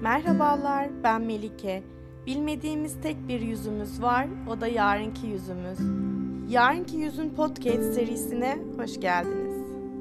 Merhabalar, ben Melike. Bilmediğimiz tek bir yüzümüz var, o da Yarınki Yüzümüz. Yarınki Yüzün podcast serisine hoş geldiniz.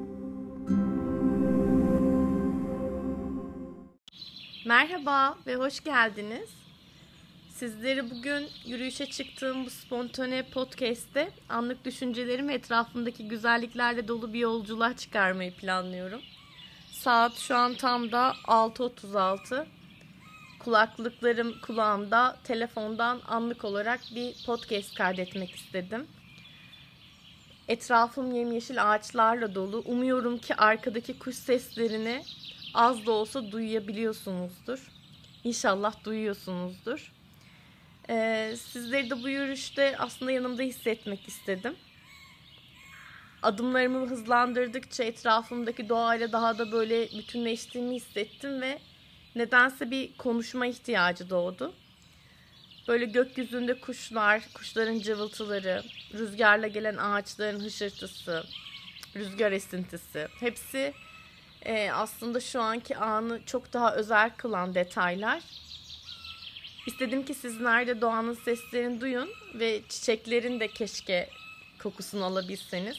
Merhaba ve hoş geldiniz. Sizleri bugün yürüyüşe çıktığım bu spontane podcast'te anlık düşüncelerimi ve etrafımdaki güzelliklerle dolu bir yolculuğa çıkarmayı planlıyorum. Saat şu an tam da 6:36. Kulaklıklarım kulağımda, telefondan anlık olarak bir podcast kaydetmek istedim. Etrafım yemyeşil ağaçlarla dolu. Umuyorum ki arkadaki kuş seslerini az da olsa duyabiliyorsunuzdur. İnşallah duyuyorsunuzdur. Sizleri de bu yürüyüşte aslında yanımda hissetmek istedim. Adımlarımı hızlandırdıkça etrafımdaki doğayla daha da böyle bütünleştiğimi hissettim ve nedense bir konuşma ihtiyacı doğdu. Böyle gökyüzünde kuşlar, kuşların cıvıltıları, rüzgarla gelen ağaçların hışırtısı, rüzgar esintisi. Hepsi aslında şu anki anı çok daha özel kılan detaylar. İstedim ki sizler de doğanın seslerini duyun ve çiçeklerin de keşke kokusunu alabilseniz.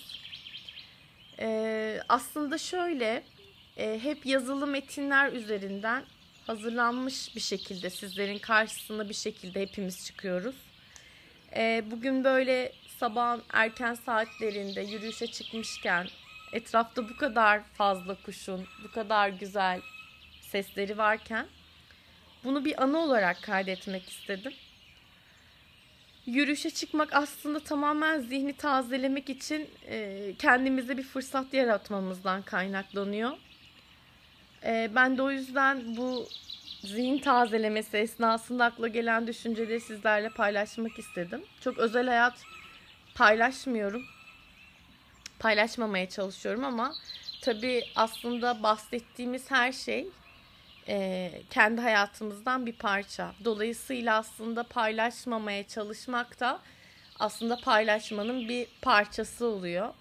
Aslında şöyle, hep yazılı metinler üzerinden hazırlanmış bir şekilde sizlerin karşısına bir şekilde hepimiz çıkıyoruz. Bugün böyle sabahın erken saatlerinde yürüyüşe çıkmışken etrafta bu kadar fazla kuşun, bu kadar güzel sesleri varken bunu bir anı olarak kaydetmek istedim. Yürüyüşe çıkmak aslında tamamen zihni tazelemek için kendimize bir fırsat yaratmamızdan kaynaklanıyor. Ben de o yüzden bu zihin tazelemesi esnasında akla gelen düşünceleri sizlerle paylaşmak istedim. Çok özel hayat paylaşmıyorum. Paylaşmamaya çalışıyorum ama tabii aslında bahsettiğimiz her şey kendi hayatımızdan bir parça. Dolayısıyla aslında paylaşmamaya çalışmak da aslında paylaşmanın bir parçası oluyor.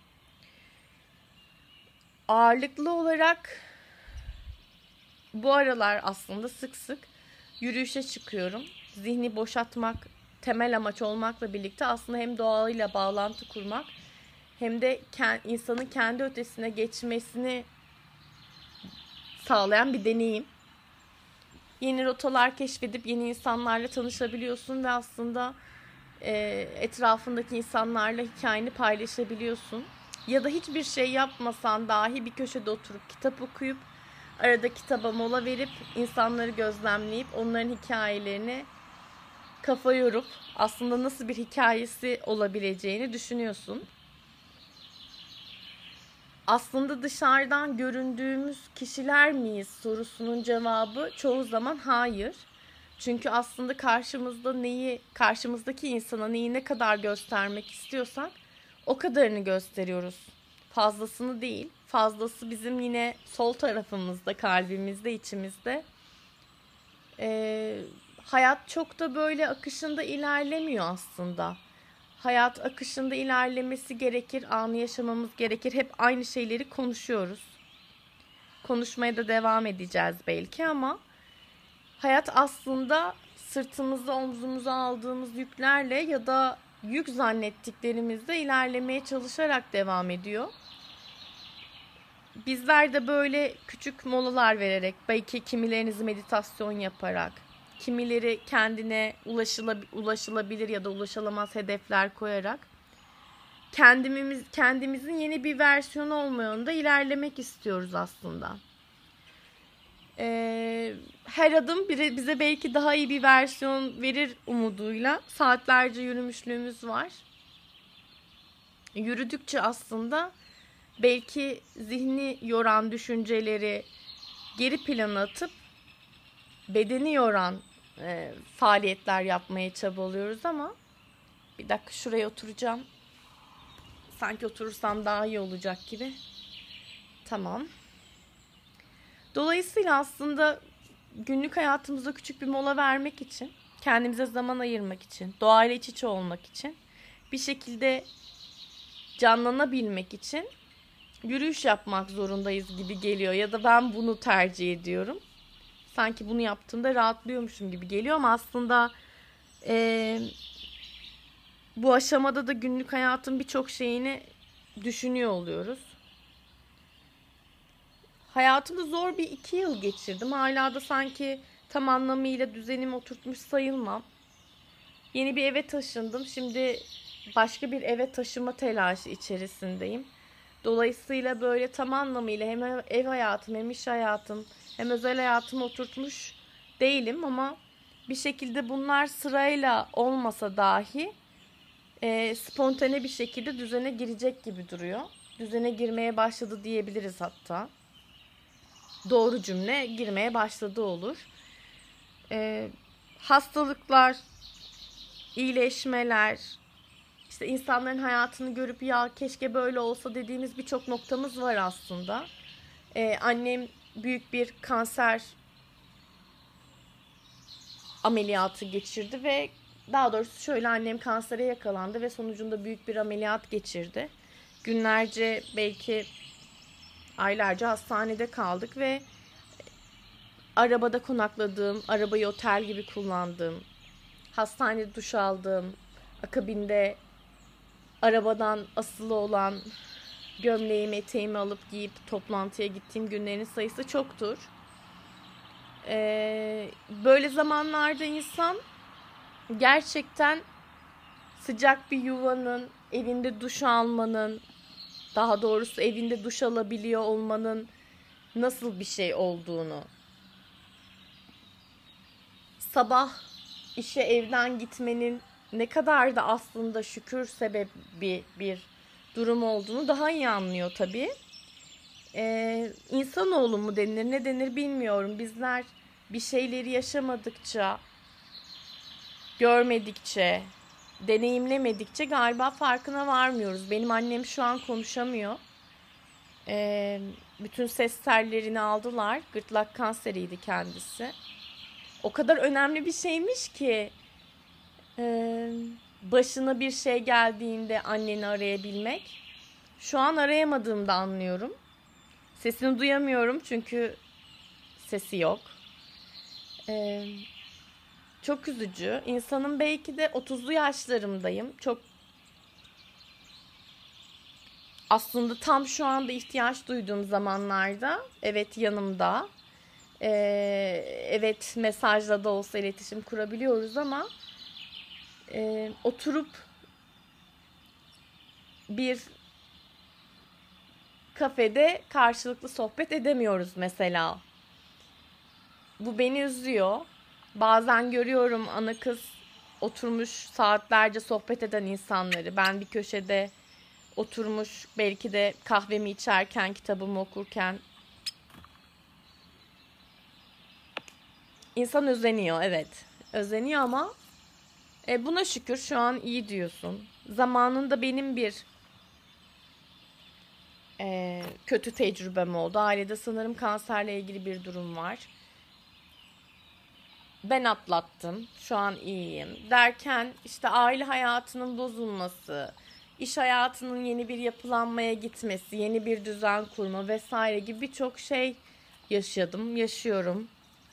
Ağırlıklı olarak bu aralar aslında sık sık yürüyüşe çıkıyorum. Zihni boşaltmak temel amaç olmakla birlikte aslında hem doğayla bağlantı kurmak hem de insanın kendi ötesine geçmesini sağlayan bir deneyim. Yeni rotalar keşfedip yeni insanlarla tanışabiliyorsun ve aslında etrafındaki insanlarla hikayeni paylaşabiliyorsun. Ya da hiçbir şey yapmasan dahi bir köşede oturup kitap okuyup arada kitaba mola verip insanları gözlemleyip onların hikayelerini kafa yorup aslında nasıl bir hikayesi olabileceğini düşünüyorsun. Aslında dışarıdan göründüğümüz kişiler miyiz sorusunun cevabı çoğu zaman hayır. Çünkü aslında karşımızdaki insana neyi ne kadar göstermek istiyorsak o kadarını gösteriyoruz. Fazlasını değil. Fazlası bizim yine sol tarafımızda, kalbimizde, içimizde. Hayat çok da böyle akışında ilerlemiyor aslında. Hayat akışında ilerlemesi gerekir, anı yaşamamız gerekir. Hep aynı şeyleri konuşuyoruz. Konuşmaya da devam edeceğiz belki ama hayat aslında sırtımıza, omzumuza aldığımız yüklerle ya da yük zannettiklerimizle ilerlemeye çalışarak devam ediyor. Bizler de böyle küçük molalar vererek, belki kimileriniz meditasyon yaparak, kimileri kendine ulaşılabilir ya da ulaşılamaz hedefler koyarak kendimizin yeni bir versiyonu olma yolunda ilerlemek istiyoruz aslında. Her adım bize belki daha iyi bir versiyon verir umuduyla saatlerce yürümüşlüğümüz var. Yürüdükçe aslında belki zihni yoran düşünceleri geri plana atıp bedeni yoran faaliyetler yapmaya çabalıyoruz ama bir dakika şuraya oturacağım. Sanki oturursam daha iyi olacak gibi. Tamam. Dolayısıyla aslında günlük hayatımızda küçük bir mola vermek için, kendimize zaman ayırmak için, doğayla iç içe olmak için, bir şekilde canlanabilmek için yürüyüş yapmak zorundayız gibi geliyor ya da ben bunu tercih ediyorum. sanki bunu yaptığımda rahatlıyormuşum gibi geliyor ama aslında bu aşamada da günlük hayatın birçok şeyini düşünüyor oluyoruz. Hayatımda zor bir 2 yıl geçirdim. Hala da sanki tam anlamıyla düzenimi oturtmuş sayılmam. Yeni bir eve taşındım. Şimdi başka bir eve taşıma telaşı içerisindeyim. Dolayısıyla böyle tam anlamıyla hem ev hayatım hem iş hayatım hem özel hayatımı oturtmuş değilim ama bir şekilde bunlar sırayla olmasa dahi spontane bir şekilde düzene girecek gibi duruyor. Düzene girmeye başladı diyebiliriz hatta. Doğru cümle girmeye başladı olur. Hastalıklar, iyileşmeler, işte insanların hayatını görüp ya keşke böyle olsa dediğimiz birçok noktamız var aslında. Annem büyük bir kanser ameliyatı geçirdi ve daha doğrusu şöyle, annem kansere yakalandı ve sonucunda büyük bir ameliyat geçirdi. Günlerce, belki aylarca hastanede kaldık ve arabada konakladığım, arabayı otel gibi kullandığım, hastanede duş aldığım, akabinde arabadan asılı olan gömleğimi, eteğimi alıp giyip toplantıya gittiğim günlerin sayısı çoktur. Böyle zamanlarda insan gerçekten sıcak bir yuvanın, evinde duş almanın, daha doğrusu evinde duş alabiliyor olmanın nasıl bir şey olduğunu, sabah işe evden gitmenin ne kadar da aslında şükür sebebi bir durum olduğunu daha iyi anlıyor tabii. İnsanoğlu mu denir, ne denir bilmiyorum. Bizler bir şeyleri yaşamadıkça, görmedikçe, deneyimlemedikçe galiba farkına varmıyoruz. Benim annem şu an konuşamıyor. Bütün ses tellerini aldılar. Gırtlak kanseriydi kendisi. O kadar önemli bir şeymiş ki başına bir şey geldiğinde anneni arayabilmek. Şu an arayamadığımda anlıyorum. Sesini duyamıyorum çünkü sesi yok. Çok üzücü. İnsanın belki de 30'lu yaşlarımdayım. Çok aslında tam şu anda ihtiyaç duyduğum zamanlarda, evet yanımda, evet mesajla da olsa iletişim kurabiliyoruz ama oturup bir kafede karşılıklı sohbet edemiyoruz mesela. Bu beni üzüyor. Bazen görüyorum ana kız oturmuş saatlerce sohbet eden insanları. Ben bir köşede oturmuş, belki de kahvemi içerken, kitabımı okurken. İnsan özeniyor, evet. Özeniyor ama buna şükür şu an iyi diyorsun. Zamanında benim bir kötü tecrübem oldu. Ailede sanırım kanserle ilgili bir durum var. Ben atlattım. Şu an iyiyim. Derken işte aile hayatının bozulması, iş hayatının yeni bir yapılanmaya gitmesi, yeni bir düzen kurma vesaire gibi birçok şey yaşadım, yaşıyorum.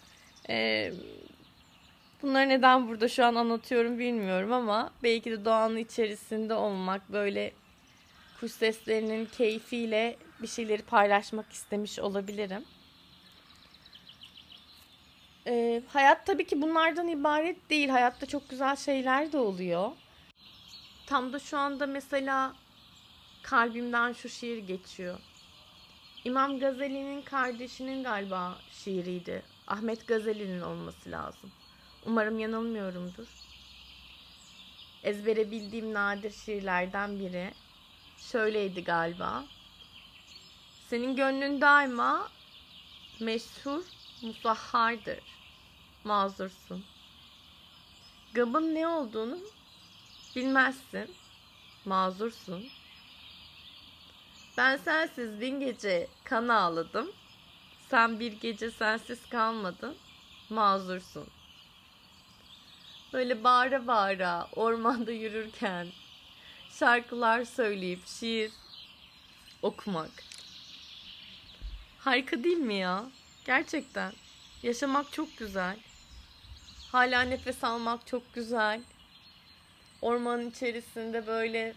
Bunları neden burada şu an anlatıyorum bilmiyorum ama belki de doğanın içerisinde olmak, böyle kuş seslerinin keyfiyle bir şeyleri paylaşmak istemiş olabilirim. Hayat tabii ki bunlardan ibaret değil. Hayatta çok güzel şeyler de oluyor. Tam da şu anda mesela kalbimden şu şiir geçiyor. İmam Gazali'nin kardeşinin galiba şiiriydi. Ahmet Gazali'nin olması lazım. Umarım yanılmıyorumdur. Ezbere bildiğim nadir şiirlerden biri. Şöyleydi galiba. Senin gönlün daima meşhur, musahhardır. Mazursun. Gabın ne olduğunu bilmezsin. Mazursun. Ben sensiz bin gece kan ağladım. Sen bir gece sensiz kalmadın. Mazursun. Böyle bağıra bağıra ormanda yürürken şarkılar söyleyip şiir okumak. Harika değil mi ya? Gerçekten. Yaşamak çok güzel. Hala nefes almak çok güzel. Ormanın içerisinde böyle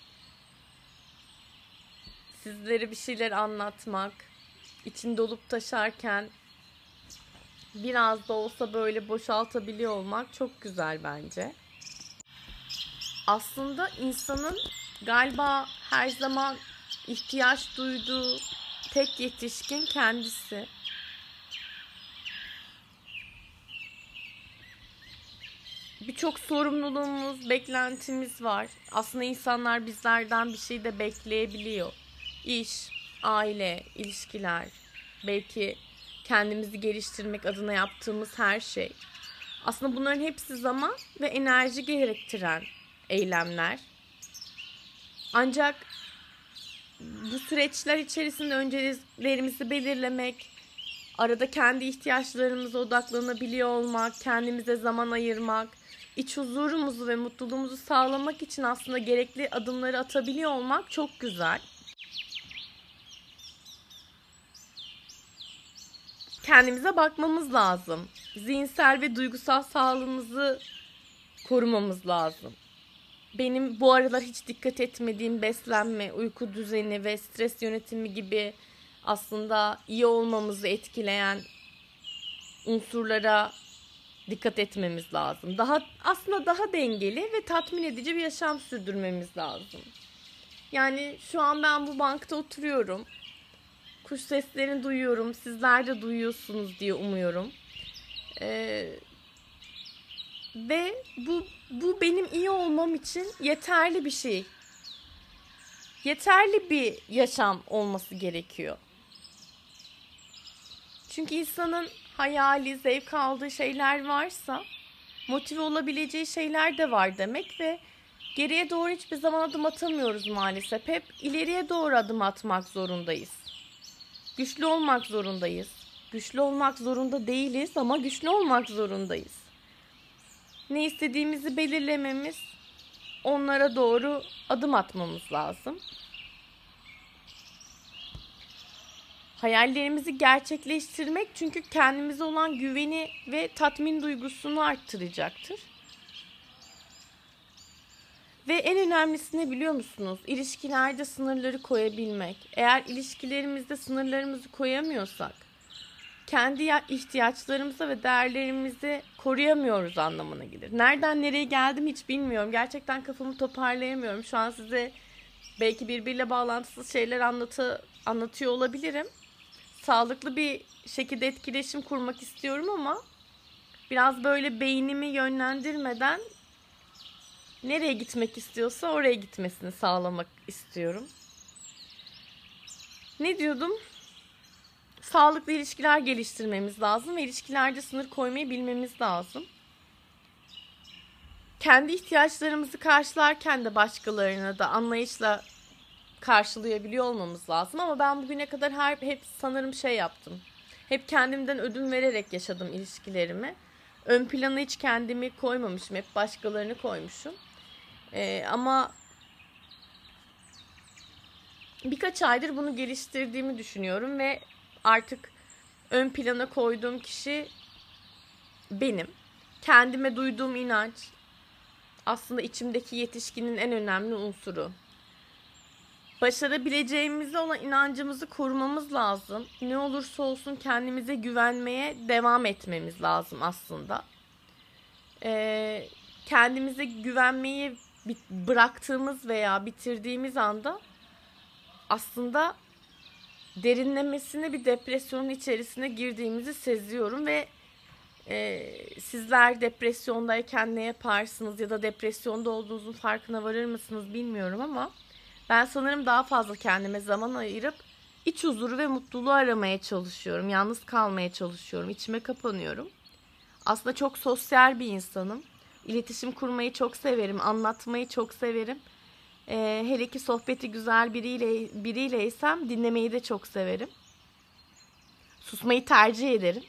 sizlere bir şeyler anlatmak, için dolup taşarken biraz da olsa böyle boşaltabiliyor olmak çok güzel bence. Aslında insanın galiba her zaman ihtiyaç duyduğu tek yetişkin kendisi. Birçok sorumluluğumuz, beklentimiz var. Aslında insanlar bizlerden bir şey de bekleyebiliyor. İş, aile, ilişkiler, belki kendimizi geliştirmek adına yaptığımız her şey. Aslında bunların hepsi zaman ve enerji gerektiren eylemler. Ancak bu süreçler içerisinde önceliklerimizi belirlemek, arada kendi ihtiyaçlarımıza odaklanabiliyor olmak, kendimize zaman ayırmak, iç huzurumuzu ve mutluluğumuzu sağlamak için aslında gerekli adımları atabiliyor olmak çok güzel. Kendimize bakmamız lazım. Zihinsel ve duygusal sağlığımızı korumamız lazım. Benim bu aralar hiç dikkat etmediğim beslenme, uyku düzeni ve stres yönetimi gibi aslında iyi olmamızı etkileyen unsurlara dikkat etmemiz lazım. Aslında daha dengeli ve tatmin edici bir yaşam sürdürmemiz lazım. Yani şu an ben bu bankta oturuyorum. Kuş seslerini duyuyorum. Sizler de duyuyorsunuz diye umuyorum. Ve bu benim iyi olmam için yeterli bir şey. Yeterli bir yaşam olması gerekiyor. Çünkü insanın hayali, zevk aldığı şeyler varsa motive olabileceği şeyler de var demek ve geriye doğru hiçbir zaman adım atamıyoruz maalesef. Hep ileriye doğru adım atmak zorundayız. Güçlü olmak zorundayız. Güçlü olmak zorunda değiliz ama güçlü olmak zorundayız. Ne istediğimizi belirlememiz, onlara doğru adım atmamız lazım. Hayallerimizi gerçekleştirmek çünkü kendimize olan güveni ve tatmin duygusunu arttıracaktır. Ve en önemlisi ne biliyor musunuz? İlişkilerde sınırları koyabilmek. Eğer ilişkilerimizde sınırlarımızı koyamıyorsak, kendi ihtiyaçlarımızı ve değerlerimizi koruyamıyoruz anlamına gelir. Nereden nereye geldim hiç bilmiyorum. Gerçekten kafamı toparlayamıyorum. Şu an size belki birbiriyle bağlantısız şeyler anlatıyor olabilirim. Sağlıklı bir şekilde etkileşim kurmak istiyorum ama biraz böyle beynimi yönlendirmeden nereye gitmek istiyorsa oraya gitmesini sağlamak istiyorum. Ne diyordum? Sağlıklı ilişkiler geliştirmemiz lazım ve ilişkilerde sınır koymayı bilmemiz lazım. Kendi ihtiyaçlarımızı karşılarken de başkalarına da anlayışla karşılayabiliyor olmamız lazım. Ama ben bugüne kadar hep sanırım yaptım. Hep kendimden ödün vererek yaşadım ilişkilerimi. Ön plana hiç kendimi koymamışım. Hep başkalarını koymuşum. Ama birkaç aydır bunu geliştirdiğimi düşünüyorum ve artık ön plana koyduğum kişi benim. Kendime duyduğum inanç aslında içimdeki yetişkinin en önemli unsuru. Başarabileceğimize olan inancımızı korumamız lazım. Ne olursa olsun kendimize güvenmeye devam etmemiz lazım aslında. Kendimize güvenmeyi bıraktığımız veya bitirdiğimiz anda aslında derinlemesine bir depresyonun içerisine girdiğimizi seziyorum ve sizler depresyondayken ne yaparsınız ya da depresyonda olduğunuzun farkına varır mısınız bilmiyorum ama ben sanırım daha fazla kendime zaman ayırıp iç huzuru ve mutluluğu aramaya çalışıyorum. Yalnız kalmaya çalışıyorum. İçime kapanıyorum. Aslında çok sosyal bir insanım. İletişim kurmayı çok severim. Anlatmayı çok severim. Hele ki sohbeti güzel biriyleysem dinlemeyi de çok severim. Susmayı tercih ederim.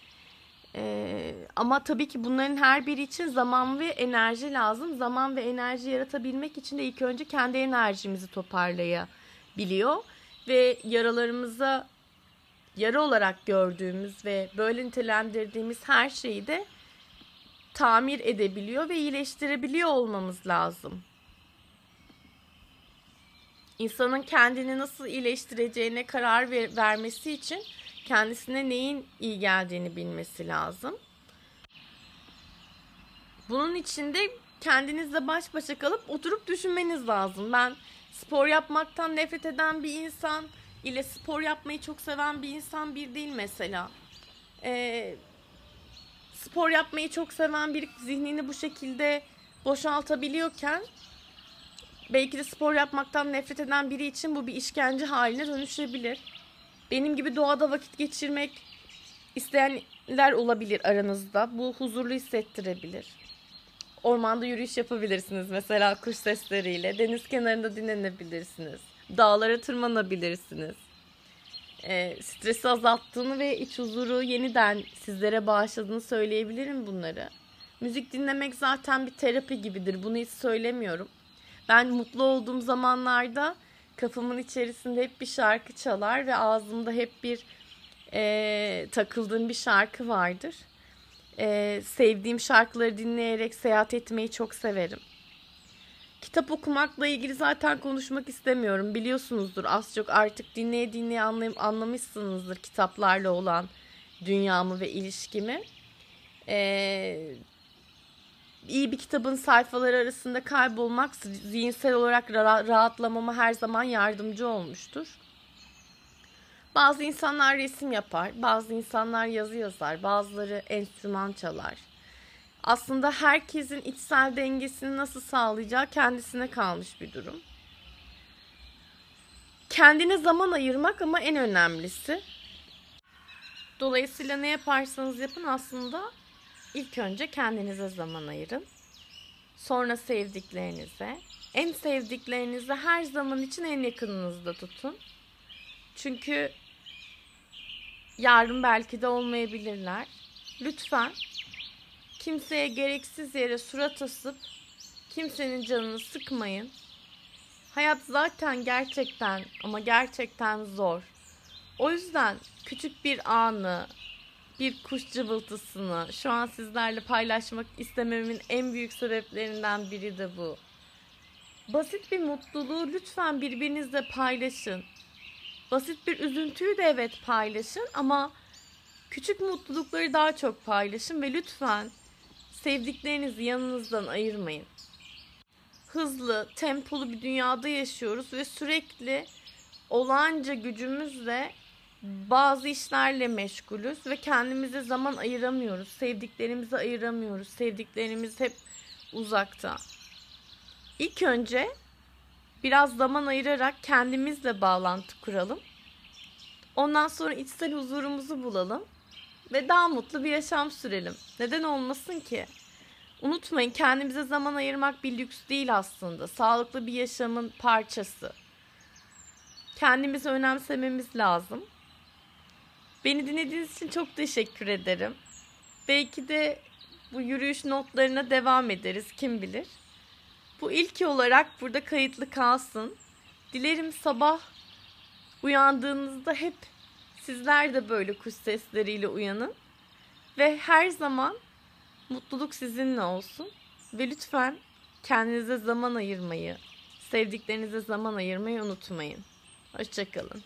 Ama tabii ki bunların her biri için zaman ve enerji lazım. Zaman ve enerji yaratabilmek için de ilk önce kendi enerjimizi toparlayabiliyor. Ve yaralarımıza yara olarak gördüğümüz ve böyle nitelendirdiğimiz her şeyi de tamir edebiliyor ve iyileştirebiliyor olmamız lazım. İnsanın kendini nasıl iyileştireceğine karar vermesi için kendisine neyin iyi geldiğini bilmesi lazım. Bunun için de kendinizle baş başa kalıp oturup düşünmeniz lazım. Ben spor yapmaktan nefret eden bir insan ile spor yapmayı çok seven bir insan bir değil mesela. Spor yapmayı çok seven biri zihnini bu şekilde boşaltabiliyorken belki de spor yapmaktan nefret eden biri için bu bir işkence haline dönüşebilir. Benim gibi doğada vakit geçirmek isteyenler olabilir aranızda. Bu huzurlu hissettirebilir. Ormanda yürüyüş yapabilirsiniz mesela kuş sesleriyle. Deniz kenarında dinlenebilirsiniz. Dağlara tırmanabilirsiniz. Stresi azalttığını ve iç huzuru yeniden sizlere bağışladığını söyleyebilirim bunları. Müzik dinlemek zaten bir terapi gibidir. Bunu hiç söylemiyorum. Ben mutlu olduğum zamanlarda kafamın içerisinde hep bir şarkı çalar ve ağzımda hep bir takıldığım bir şarkı vardır. Sevdiğim şarkıları dinleyerek seyahat etmeyi çok severim. Kitap okumakla ilgili zaten konuşmak istemiyorum. Biliyorsunuzdur az çok artık dinleye anlamışsınızdır kitaplarla olan dünyamı ve ilişkimi. İyi bir kitabın sayfaları arasında kaybolmak zihinsel olarak rahatlamama her zaman yardımcı olmuştur. Bazı insanlar resim yapar, bazı insanlar yazı yazar, bazıları enstrüman çalar. Aslında herkesin içsel dengesini nasıl sağlayacağı kendisine kalmış bir durum. Kendine zaman ayırmak ama en önemlisi. Dolayısıyla ne yaparsanız yapın aslında ilk önce kendinize zaman ayırın. Sonra sevdiklerinize. En sevdiklerinizi her zaman için en yakınınızda tutun. Çünkü yarın belki de olmayabilirler. Lütfen kimseye gereksiz yere surat asıp kimsenin canını sıkmayın. Hayat zaten gerçekten ama gerçekten zor. O yüzden küçük bir anı, bir kuş cıvıltısını şu an sizlerle paylaşmak istememin en büyük sebeplerinden biri de bu. Basit bir mutluluğu lütfen birbirinizle paylaşın. Basit bir üzüntüyü de evet paylaşın ama küçük mutlulukları daha çok paylaşın ve lütfen sevdiklerinizi yanınızdan ayırmayın. Hızlı, tempolu bir dünyada yaşıyoruz ve sürekli olağanca gücümüzle bazı işlerle meşgulüz ve kendimize zaman ayıramıyoruz. Sevdiklerimizi ayıramıyoruz. Sevdiklerimiz hep uzakta. İlk önce biraz zaman ayırarak kendimizle bağlantı kuralım. Ondan sonra içsel huzurumuzu bulalım ve daha mutlu bir yaşam sürelim. Neden olmasın ki? Unutmayın, kendimize zaman ayırmak bir lüks değil aslında. Sağlıklı bir yaşamın parçası. Kendimizi önemsememiz lazım. Beni dinlediğiniz için çok teşekkür ederim. Belki de bu yürüyüş notlarına devam ederiz, kim bilir. Bu ilki olarak burada kayıtlı kalsın. Dilerim sabah uyandığınızda hep sizler de böyle kuş sesleriyle uyanın. Ve her zaman mutluluk sizinle olsun. Ve lütfen kendinize zaman ayırmayı, sevdiklerinize zaman ayırmayı unutmayın. Hoşça kalın.